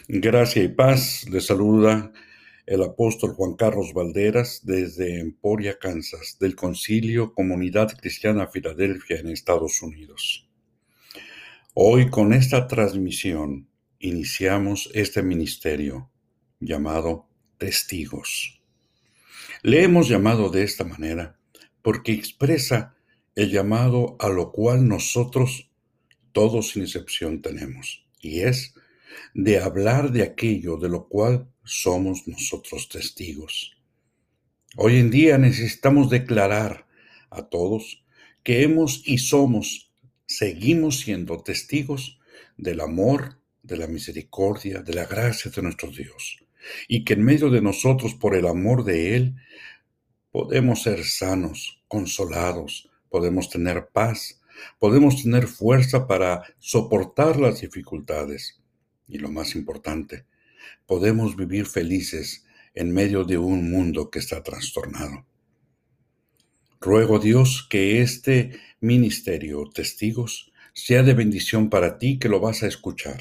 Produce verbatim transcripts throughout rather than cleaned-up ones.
Gracia y paz, le saluda el apóstol Juan Carlos Valderas desde Emporia, Kansas, del Concilio Comunidad Cristiana Filadelfia en Estados Unidos. Hoy con esta transmisión iniciamos este ministerio llamado Testigos. Le hemos llamado de esta manera porque expresa el llamado a lo cual nosotros, todos sin excepción, tenemos, y es de hablar de aquello de lo cual somos nosotros testigos. Hoy en día necesitamos declarar a todos que hemos y somos, seguimos siendo testigos del amor, de la misericordia, de la gracia de nuestro Dios, y que en medio de nosotros, por el amor de Él, podemos ser sanos, consolados, podemos tener paz, podemos tener fuerza para soportar las dificultades. Y lo más importante, podemos vivir felices en medio de un mundo que está trastornado. Ruego a Dios que este ministerio, Testigos, sea de bendición para ti que lo vas a escuchar.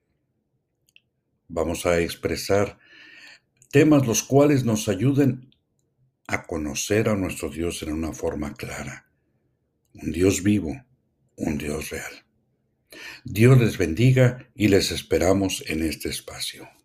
Vamos a expresar temas los cuales nos ayuden a conocer a nuestro Dios en una forma clara. Un Dios vivo, un Dios real. Dios les bendiga y les esperamos en este espacio.